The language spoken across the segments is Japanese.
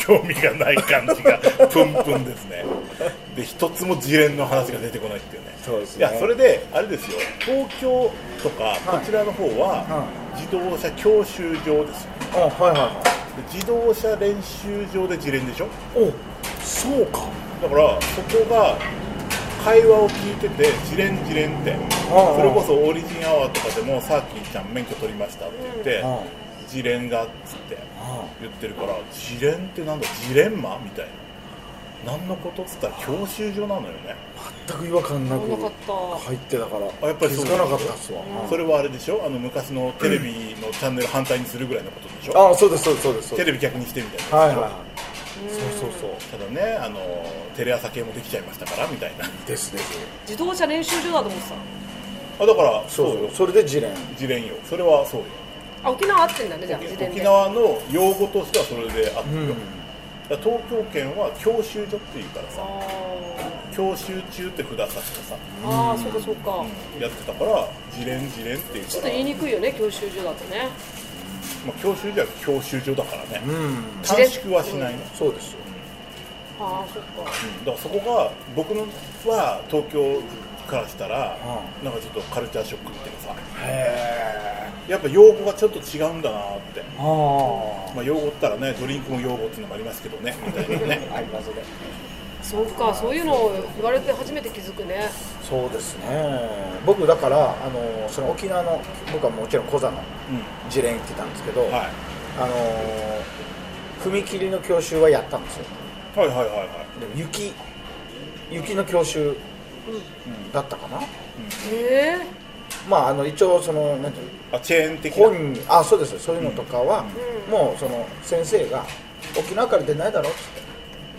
興味がない感じがプンプンですね。で一つも自連の話が出てこないっていうね。 そうですね。 いやそれであれですよ、東京とかこちらの方は自動車教習場ですよ。 あ、はいはいはい。 で自動車練習場で自連でしょ。 お、そうか。 だからそこが会話を聞いてて自連って、それこそオリジンアワーとかでもサーキーちゃん免許取りましたって言って、自連がっつって言ってるから、自連ってなんだ、自連魔みたいな、何のことっつったら教習所なのよね。 全く違和感なく入ってたから、 やっぱりそう気づかなかったっすわ。 それはあれでしょ、昔のテレビのチャンネル反対にするぐらいのことでしょ。 あ、そうですそうですそうです。 テレビ逆にしてみたいな。 はいはい。そうそうそう。 ただね、テレ朝系もできちゃいましたからみたいな。 ですです。 自動車練習場だと思ってた。 だからそうよ。 それで自連よ。それはそうよ。 沖縄合ってんだね、じゃあ。 沖縄の用語としてはそれであってるよ。東京圏は教習所っていうからさ、教習中って札さしてさ、 ああ、そうかそうか、 やってたから、自連っていうから。 ちょっと言いにくいよね、教習所だとね。 まあ教習所は教習所だからね、短縮はしないの。 そうですよ。 ああ、そっか。 だからそこが僕のは東京からしたら、なんかちょっとカルチャーショックっていうかさ、やっぱ用語がちょっと違うんだなって。まあ用語ったらね、ドリンクも用語っていうのもありますけどね、みたいなね。 ありますね。 そうか、そういうのを言われて初めて気づくね。 そうですね。僕だからその沖縄の、僕はもちろんコザの自連行ってたんですけど、踏切の教習はやったんですよ。 はいはいはいはい。 でも雪の教習だったかな。まあ一応そのなんていう、 チェーン的な本に、そうです、そういうのとかは、もうその先生が沖縄から出ないだろって、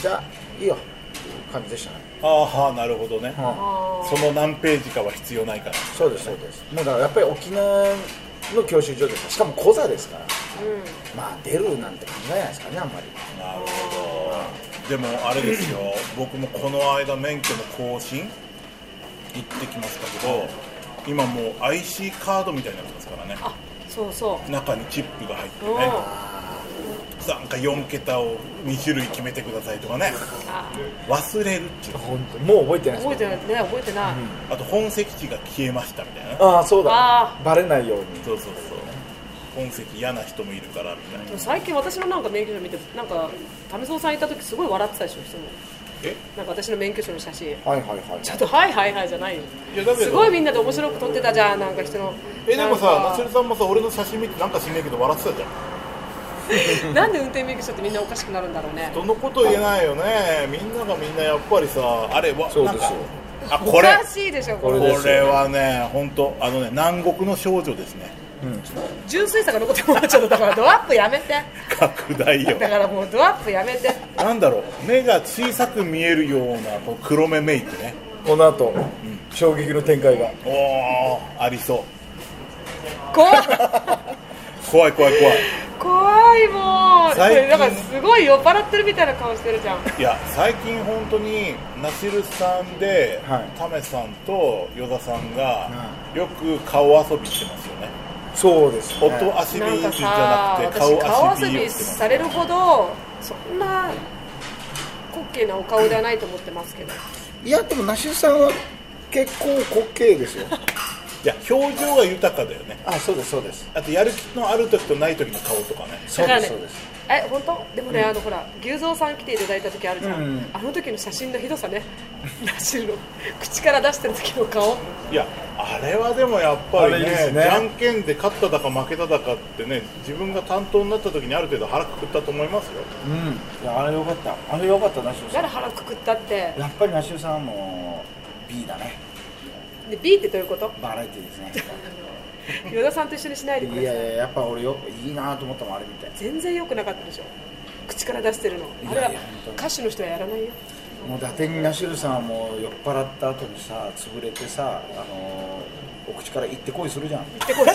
じゃあいいよっていう感じでしたね。 ああ、なるほどね。その何ページかは必要ないから。 そうですそうです。もうだからやっぱり沖縄の教習所です。しかもコザですから、まあ出るなんて考えないですからね、あんまり。 なるほど。でもあれですよ、僕もこの間免許の更新行ってきましたけど、今もう IC カードみたいになってますからね。 あ、そうそう。 中にチップが入ってね。なんか4桁を2種類決めてくださいとかね。忘れるっていう。 本当もう覚えてないです。 覚えてないね、覚えてない。 あと本籍地が消えましたみたいな。 ああ、そうだ。バレないように。 そうそうそう。本籍嫌な人もいるからみたいな。 最近私のなんか免許証見て、なんか為蔵さんいた時すごい笑ってたでしょ、人も。なんか私の免許証の写真。 はいはいはい。 ちょっとはいはいはいじゃないよ。すごいみんなで面白く撮ってたじゃん、なんか人の。 でもさ、ナセルさんもさ、俺の写真見てなんか知んないけど笑ってたじゃん。 なんで運転免許証ってみんなおかしくなるんだろうね。 人のこと言えないよね。みんながみんなやっぱりさ、あれはそうですよ。 これおかしいでしょ、 これはね、本当南国の少女ですね。 純粋さが残ってもらっちゃった。だからドアップやめて。 拡大よ。 だからもうドアップやめて。 なんだろう、目が小さく見えるようなこの黒目メイクね。 この後、衝撃の展開が。 ありそう。 怖い怖い怖い、もうだからすごい酔っ払ってるみたいな顔してるじゃん。 いや最近本当にナシルさんで、タメさんとヨダさんが、よく顔遊びしてますよね。 そうですね。 音足火じゃなくて顔遊びされるほどそんな滑稽なお顔ではないと思ってますけど。 いやでもナシルさんは結構滑稽ですよ。 いや表情が豊かだよね。 そうですそうです。 あとやる気のある時とない時の顔とかね。 そうですそうです。 本当でもね、ほら牛蔵さん来ていただいた時あるじゃん、あの時の写真のひどさね。ナシルの口から出してる時の顔。 いやあれはでもやっぱりね、じゃんけんで勝っただか負けただかってね、自分が担当になった時にある程度腹くくったと思いますよ。 いやあれよかった、あれよかった。ナシルさん誰腹くくったって。 やっぱりナシルさんはもう B だね。 で B ってどういうこと？ バラエティですね。 与田さんと一緒にしないでください。 いややっぱ俺いいなと思ったもん、あれ見て。 全然良くなかったでしょ、口から出してるの。あれは歌手の人はやらないよ。 もう伊達にナシルさんはもう酔っ払った後にさ、潰れてさ、お口から行ってこいするじゃん。行ってこい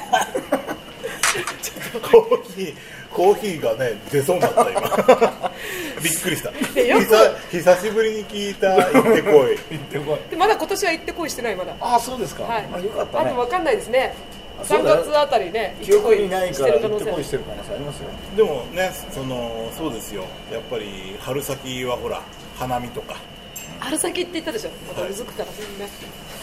コーヒーがね出そうになった今。びっくりした。久しぶりに聞いた行ってこい。 でまだ今年は行ってこいしてないまだ。 そうですか。 はい。 よかったね。 分かんないですね。 3月あたりね記憶にないから行行ってこいしてる可能性ありますよ。 でもね、そうですよ、やっぱり春先はほら花見とか。 春先って言ったでしょ、またうずくからするね。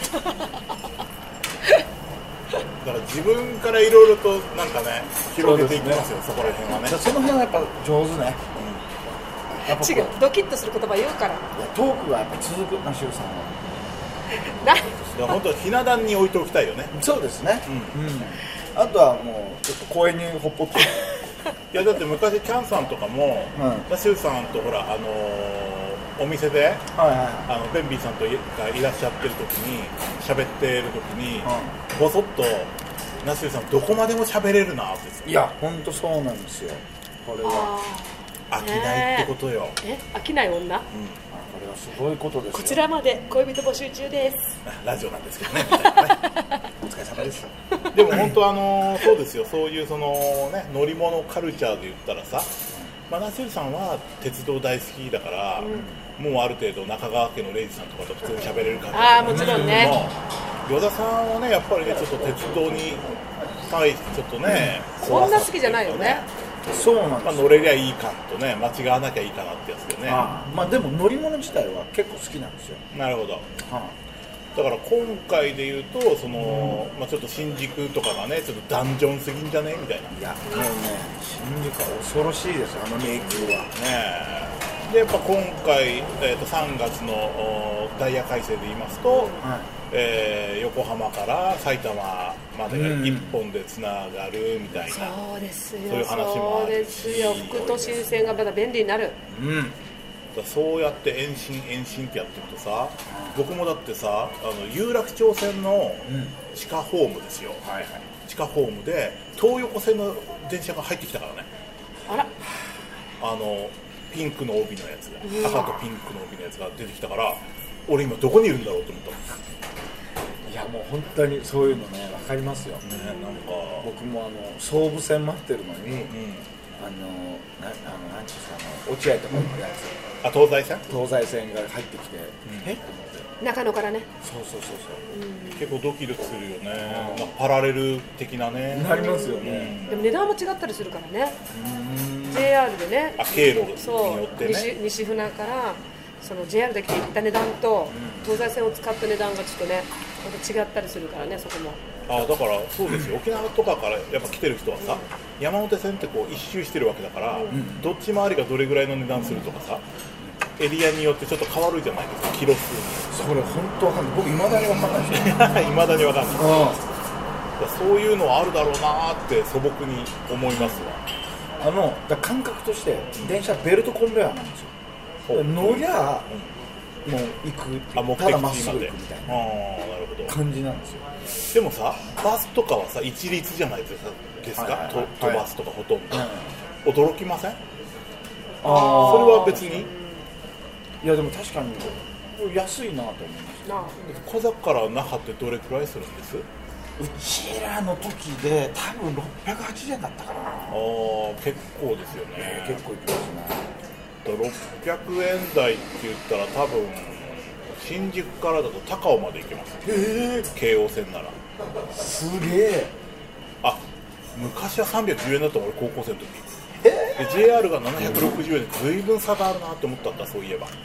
だから自分からいろいろとなんかね広げていきますよ、そこら辺はね。 その辺はやっぱ上手ね。やっぱ違う、ドキッとする言葉言うから。 いやトークがやっぱ続くなしゅうさんは。 な本当ひな壇に置いておきたいよね。 そうですね。あとはもうちょっと公園にほっぽって。 いやだって昔キャンさんとかも、ナシュウさんとほらお店で、ベンビーさんとがいらっしゃってる時に喋ってる時に、ぼそっとナシュウさんどこまでも喋れるなって。 いや本当そうなんですよ。これは飽きないってことよ。 飽きない女。 これはすごいことですよ。 こちらまで恋人募集中です。 ラジオなんですけどね。みたいなねお疲れ様です。 でも本当そうですよ。そういうね乗り物カルチャーで言ったらさ、ナシュウさんは鉄道大好きだから、もうある程度中川家のレイジさんとかと普通に喋れる感じ。 もちろんね。 与田さんはねやっぱりねちょっと鉄道に対してちょっとね、 そんな好きじゃないよね。 そうなんです。 乗れりゃいいかとね、間違わなきゃいいかなってやつでね。 でも乗り物自体は結構好きなんですよ。 なるほど。だから今回で言うとちょっと新宿とかがねちょっとダンジョンすぎんじゃねみたいな。 いやもうね新宿は恐ろしいですよ、あの迷宮はね。でやっぱ今回、3月のダイヤ改正で言いますと、横浜から埼玉まで1本でつながるみたいな、 そうですよ、 そういう話もあるし、 そうですよ、副都心線がまだ便利になる。 そうやって延伸ってやっていくとさ、僕もだってさ有楽町線の地下ホームですよ、地下ホームで東横線の電車が入ってきたからね。 あら、 ピンクの帯のやつが、赤とピンクの帯のやつが出てきたから、俺今どこにいるんだろうと思った。 いやもう本当にそういうのね分かりますよ、なんか僕も総武線待ってるのに、なんていうんですか、落合とかのやつ、 東西線が入ってきて、えっと思って中野からね。 そう結構ドキドキするよね。パラレル的なね。 なりますよね。 でも値段も違ったりするからね。JR でね、 経路によってね、 西船からその JR で行った値段と東西線を使った値段がちょっとねまた違ったりするからね、そこも。 だからそうですよ、沖縄とかからやっぱ来てる人はさ、山手線ってこう一周してるわけだから、どっち回りがどれぐらいの値段するとかさ、エリアによってちょっと変わるじゃないですか、キロ数に。 それ本当わかんない。僕いまだにわかんないですよ。 いまだにわかんない。そういうのはあるだろうなって素朴に思いますわ。 感覚として電車ベルトコンベヤーなんですよ。乗りゃもう行く、ただまっすぐ行くみたいな感じなんですよ。 でもさ、バスとかはさ一律じゃないですか、都バスとかほとんど。驚きません？それは別に。 いやでも確かに安いなと思いました。小坂から那覇ってどれくらいするんです？ うちらの時で多分680円だったかな。 結構ですよね。 結構いきますね。 600円台って言ったら多分新宿からだと高尾まで行けます。京王線なら。 すげえ。 昔は310円だったもん、俺高校生の時。JR が760円で随分差があるなって思ったんだ、そういえば。そう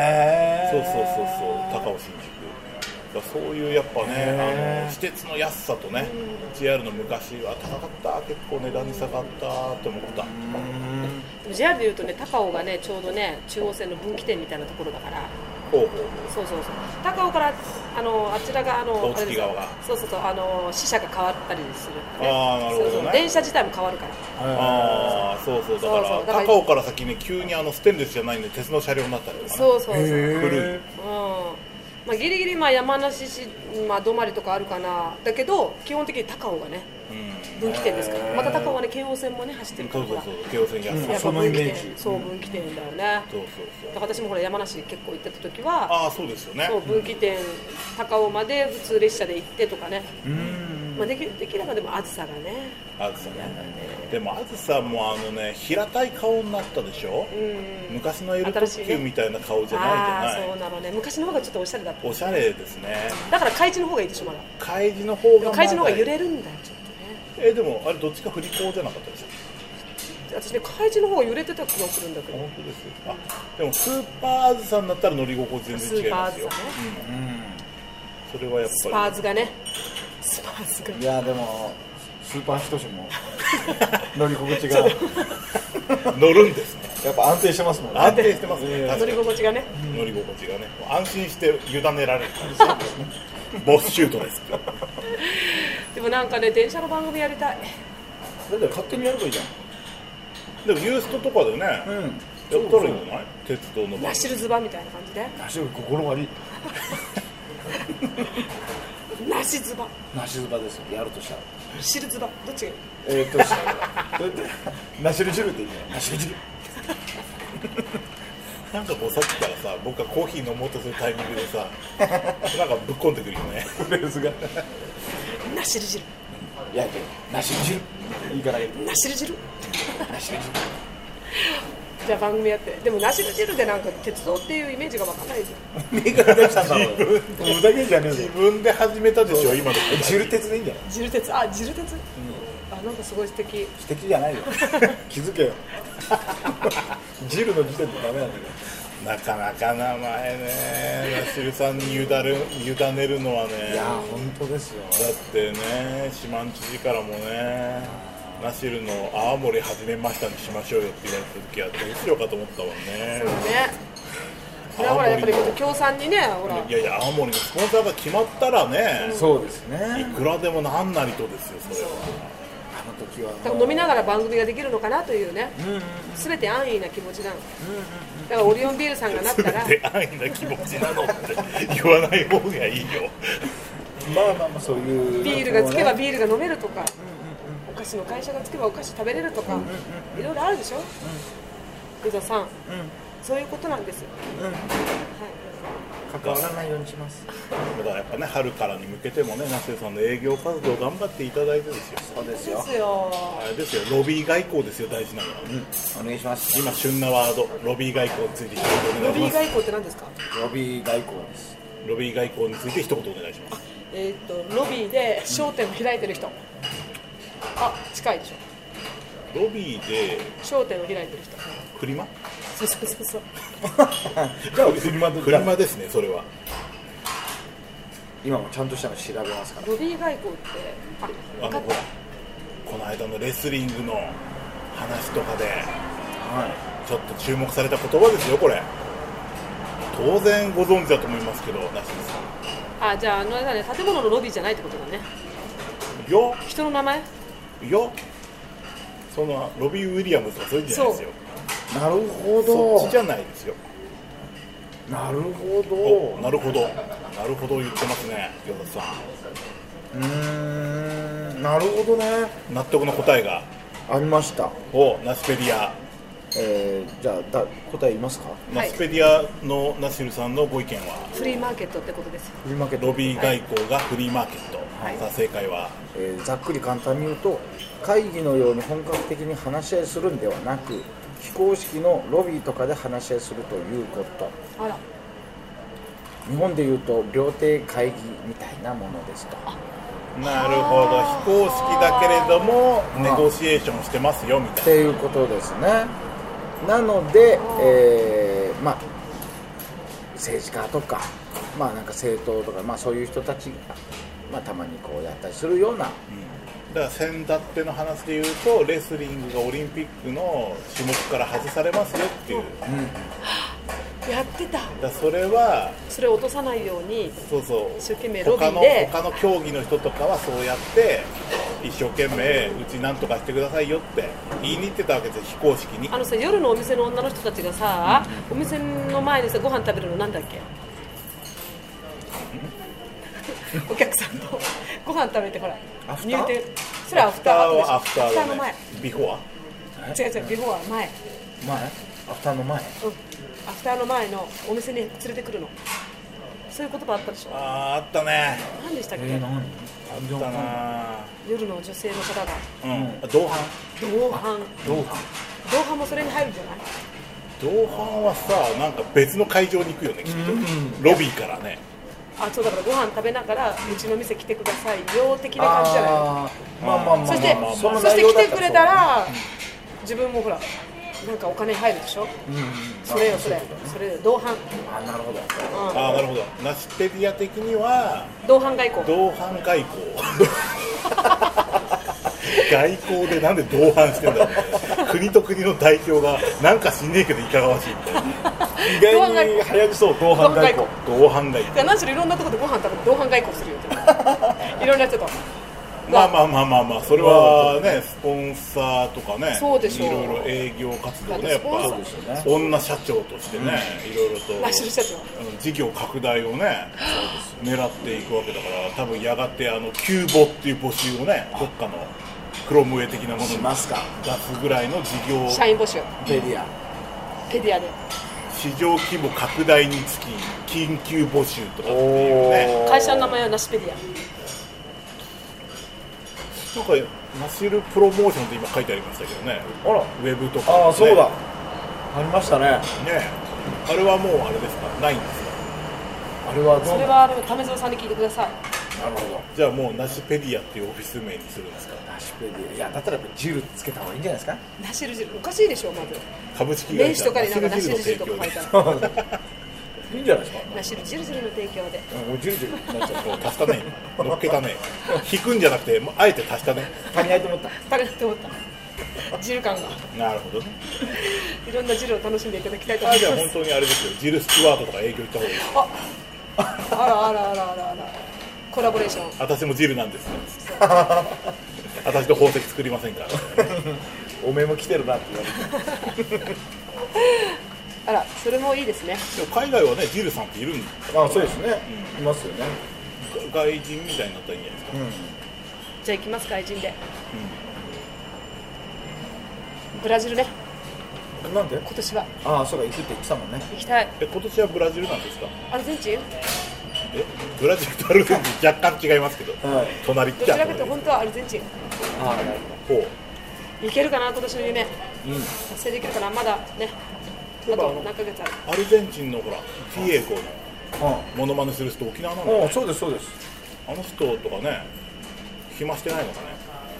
高尾新宿。そういうやっぱね、私鉄の安さとね、JR の昔は高かった、結構値段に下がったって思った。 JR でいうとね、高尾がねちょうどね中央線の分岐点みたいなところだから。そう高尾からあちらが大月側が支社が変わったりする。 なるほどね。 電車自体も変わるから。 だから高尾から先に急にステンレスじゃないんで鉄の車両になったりとかね。古い。 ギリギリ山梨市止まりとかあるかな。だけど基本的に高尾がね分岐点ですから。また高尾はね京王線もね走ってるから。 京王線安い。 やっぱ分岐点、分岐点だよね。だから私も山梨結構行ってた時は、 そうですよね。 分岐点高尾まで普通列車で行ってとかね。できればでもあずさがね。でもあずさも平たい顔になったでしょ。昔のエル特急みたいな顔じゃないじゃない。 そうなのね。昔の方がちょっとおしゃれだった。 おしゃれですね。 だから開示の方がいいでしょ、まだ。 開示の方が揺れるんだよ、ちょっと。 でもあれどっちか振り子じゃなかったでしょ。 私ね、開示の方が揺れてた気がするんだけど。 本当ですよ。でもスーパーあずさになったら乗り心地全然違いますよ。それはやっぱりスパーズがね、スパーズが、 いやでもスーパーひとしも乗り心地が乗るんですね。 やっぱ安定してますもんね。 安定してますね。 乗り心地がね、 乗り心地がね、安心して委ねられる感じですボスシュートです。 でもなんかね、電車の番組やりたい。 だって勝手にやればいいじゃん。 でもユーストとかでね、やったらいいんじゃない？鉄道の番組。 ナシルズバみたいな感じで。 ナシル心悪い。 ナシズバ。 ナシズバですよ。やるとしたら。 シルズバ、どっちがいい？ ナシルジルって言うね。ナシルジル。 なんかこうさっきからさ、僕がコーヒー飲もうとするタイミングでさ、なんかぶっこんでくるよね。フレーズが。 ナシルジル。 いや、ナシルジル。いいから言う。 ナシルジル。 ナシルジル。 じゃあ番組やって。でもナシルジルでなんか鉄道っていうイメージがわかんないじゃん。 右から出したんだろう。無駄毛じゃねえぞ。 自分で始めたでしょ今の。 ジル鉄でいいんじゃない？ ジル鉄、ジル鉄。なんかすごい素敵。 素敵じゃないよ。気づけよ。ジルの時点でダメなんだけど。 なかなか名前ね、ナシルさんに委ねるのはね。 いや本当ですよ。 だってね、四万知事からもね、ナシルの青森始めましたにしましょうよって言われた時はどうしようかと思ったもんね。 そうね。だからやっぱり協賛にね、ほら。 いやいや、青森のスポンサーが決まったらね、 そうですね。 いくらでもなんなりとですよ、それは。 あの時は飲みながら番組ができるのかなというね、すべて安易な気持ちなの。だからオリオンビールさんがなったら、 すべて安易な気持ちなのって言わない方がいいよ。 まあそういうビールがつけばビールが飲めるとか、お菓子の会社がつけばお菓子食べれるとか、いろいろあるでしょ。江戸さん、そういうことなんですよ。 関わらないようにします。 だからやっぱね、春からに向けてもね、ナシルさんの営業活動頑張っていただいてですよ。 そうですよ。 あれですよ、ロビー外交ですよ、大事なのは。 お願いします。 今旬なワード、ロビー外交について一言おロ願いします。 ビー外交って何ですか？ ロビー外交です。 ロビー外交について一言お願いします。 ロビーで商店を開いてる人。近いでしょ。 ロビーで商店を開いてる人。 フリマ？ そう。 じゃあフリマですね、それは。 今もちゃんとしたの調べますから。 ロビー外交ってほら、この間のレスリングの話とかで、ちょっと注目された言葉ですよ、これ。当然ご存知だと思いますけど、ナシルさん。じゃあね、建物のロビーじゃないってことだね。 いや、 人の名前？ いや、そのロビー・ウィリアムズとかそういうんじゃないですよ。 なるほど。 そっちじゃないですよ。 なるほど。 なるほど言ってますね、岩田さん。なるほどね。 納得の答えがありました。 ナスペディア。 じゃあ答え言いますか？ ナスペディアのナシルさんのご意見は？ フリーマーケットってことですよ。 フリーマーケット。 ロビー外交がフリーマーケット。さあ正解は？ ざっくり簡単に言うと、会議のように本格的に話し合いするんではなく、非公式のロビーとかで話し合いするということ。日本でいうと料亭会議みたいなものですと。 なるほど、非公式だけれどもネゴシエーションしてますよみたいな。 っていうことですね。なので、政治家とか、なんか政党とか、そういう人たちが、たまにこうやったりするような。 だから先だっての話でいうと、レスリングがオリンピックの種目から外されますよっていう。 やってた。 それはそれを落とさないように、 そう一生懸命ロビーで他の競技の人とかはそうやって一生懸命うちなんとかしてくださいよって言いに行ってたわけですよ、非公式に。 夜のお店の女の人たちがさ、お店の前でさご飯食べるのなんだっけ？お客さんとご飯食べて、ほら入店、それはアフターでしょ。アフターの前。 ビフォア？違う、ビフォア前。 アフターの前。 アフターの前のお店に連れてくるの。そういう言葉あったでしょ。 あったね。 何でしたっけ？ あったな。 夜の女性の方が。 同伴もそれに入るんじゃない？ 同伴はさ、なんか別の会場に行くよね、きっと。ロビーからね。 そうだからご飯食べながらうちの店来てくださいよ的な感じじゃないの。そして来てくれたら自分もほらなんかお金入るでしょ。それ同伴。 なるほど。 なるほど。ナシペディア的には同伴外交。 同伴外交。外交でなんで同伴してんだろう。国と国の代表がなんか知んねえけどいかがわしいみたいな。 意外に流行りそう。同伴外交。 同伴外交。 何しろいろんなところでご飯食べて同伴外交するよ。いろんな人と。 まあそれはね、スポンサーとかね、 そうでしょう、 いろいろ営業活動ね、やっぱ女社長としてね、いろいろと事業拡大をね狙っていくわけだから、多分やがてキューボっていう募集をね、どっかのクロムウェイ的なものに出すぐらいの事業、 社員募集、 ペディアで市場規模拡大につき緊急募集とかっていうね。 会社の名前はナシペディア。 なんかナシルプロモーションって今書いてありましたけどね。ウェブとか、 ね。そうだ。ありましたね。 ね、あれはもうあれですか、ないんですか。 それは為蔵さんに聞いてください。 なるほど。 じゃあもうナシペディアっていうオフィス名にするんですか。 ナシペディア。いやだったらジルつけた方がいいんじゃないですか。 ナシルジルおかしいでしょまず。 株式会社名刺とかになんかナシルジルとか書いてある。 いいんじゃないですか。 ナシルジルジルの提供で。 もうジルジルなっちゃう。 足したね。乗っけたね。引くんじゃなくてあえて足したね。 足りないと思った。 足りないと思った。ジル感が。 なるほどね。 いろんなジルを楽しんでいただきたいと思います。 じゃあ本当にあれですよ。ジルスチュワートとか営業行った方がいい。 あら。コラボレーション。 私もジルなんです。私と宝石作りませんから。 おめえも来てるなって言われて。 あら、それもいいですね。 でも海外はね、ジルさんっているんですか。そうですね。いますよね。 外人みたいになったらいいんじゃないですか。 じゃあ行きます外人で。ブラジルね。 なんで？ 今年は。 そうか、行くって言ってたもんね。 行きたい。 今年はブラジルなんですか。 アルゼンチン？ ブラジルとアルゼンチン若干違いますけど。隣っちゃ。 どちらかというと本当はアルゼンチン。 なるほど。 行けるかな今年の夢。達成できるかなまだね。あと何ヶ月ある。 アルゼンチンのほらティエゴのモノマネする人沖縄なの。 そうです。 あの人とかね、暇してないのかね。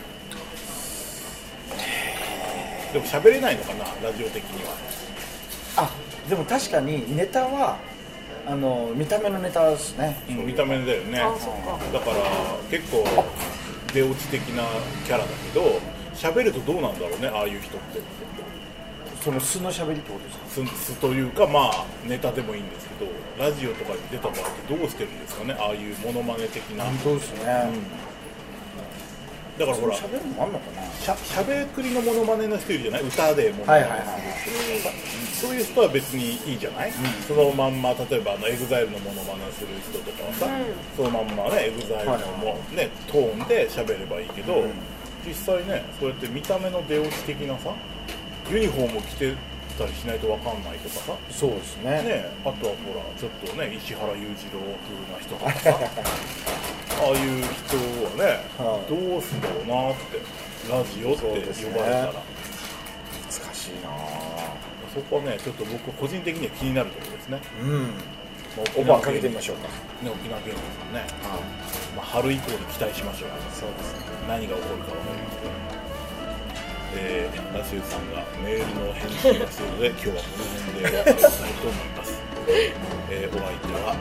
でも喋れないのかな、ラジオ的には。 でも確かにネタは見た目のネタですね。 見た目だよね。だから結構出落ち的なキャラだけど、喋るとどうなんだろうね、ああいう人って。 その素の喋りってことですか。 素というか、ネタでもいいんですけど、ラジオとかに出た場合ってどうしてるんですかね、ああいうモノマネ的な。 本当ですね。 だからほら、 喋るのもあんのかな。 しゃべくりのモノマネの人いるじゃない、歌でモノマネする人とか、そういう人は別にいいじゃない、そのまんま、例えばエグザイルのモノマネする人とかはさ、そのまんまね、エグザイルのね、トーンで喋ればいいけど、実際ね、そうやって見た目の出落ち的なさ、ユニフォーム着てたりしないと分かんないとかさ。 そうですね。 あとはほらちょっとね、石原裕次郎風な人とかさああいう人はね、どうすんだろうなって、ラジオって呼ばれたら、 難しいな。 そこはね、ちょっと僕個人的には気になるところですね。 オファーかけてみましょうかね、沖縄芸人さんね。春以降に期待しましょう。 そうですね。 何が起こるか分かりません。ナシューさんがメールの返信をするので、今日はこの辺で終わりたいと思います。お相手は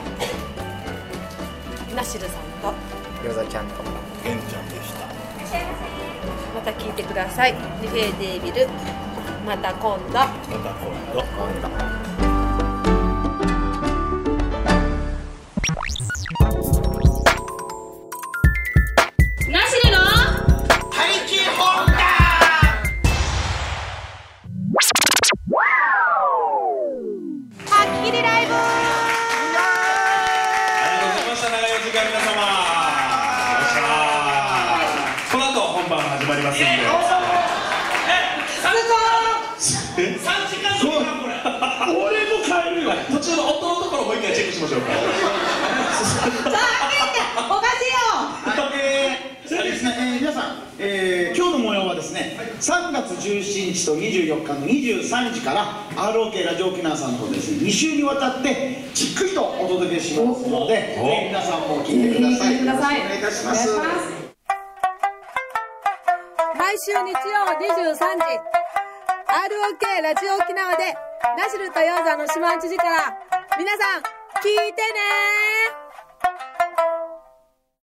ナシルさんとヨザちゃんとゲンちゃんでした。 また聞いてください。リフェーデービル、また今度。 途中の音のところもう一回チェックしましょうか。 おかしいよ。そうですね、皆さん、今日の模様はですね、3月17日と24日の23時から ROK ラジオ沖縄さんとですね、2週にわたってじっくりとお届けしますので、皆さんも聞いてください。よろしくお願いいたします。 毎週日曜23時 ROK ラジオ沖縄でナシルとヨーザの島んちじから皆さん聞いてねー。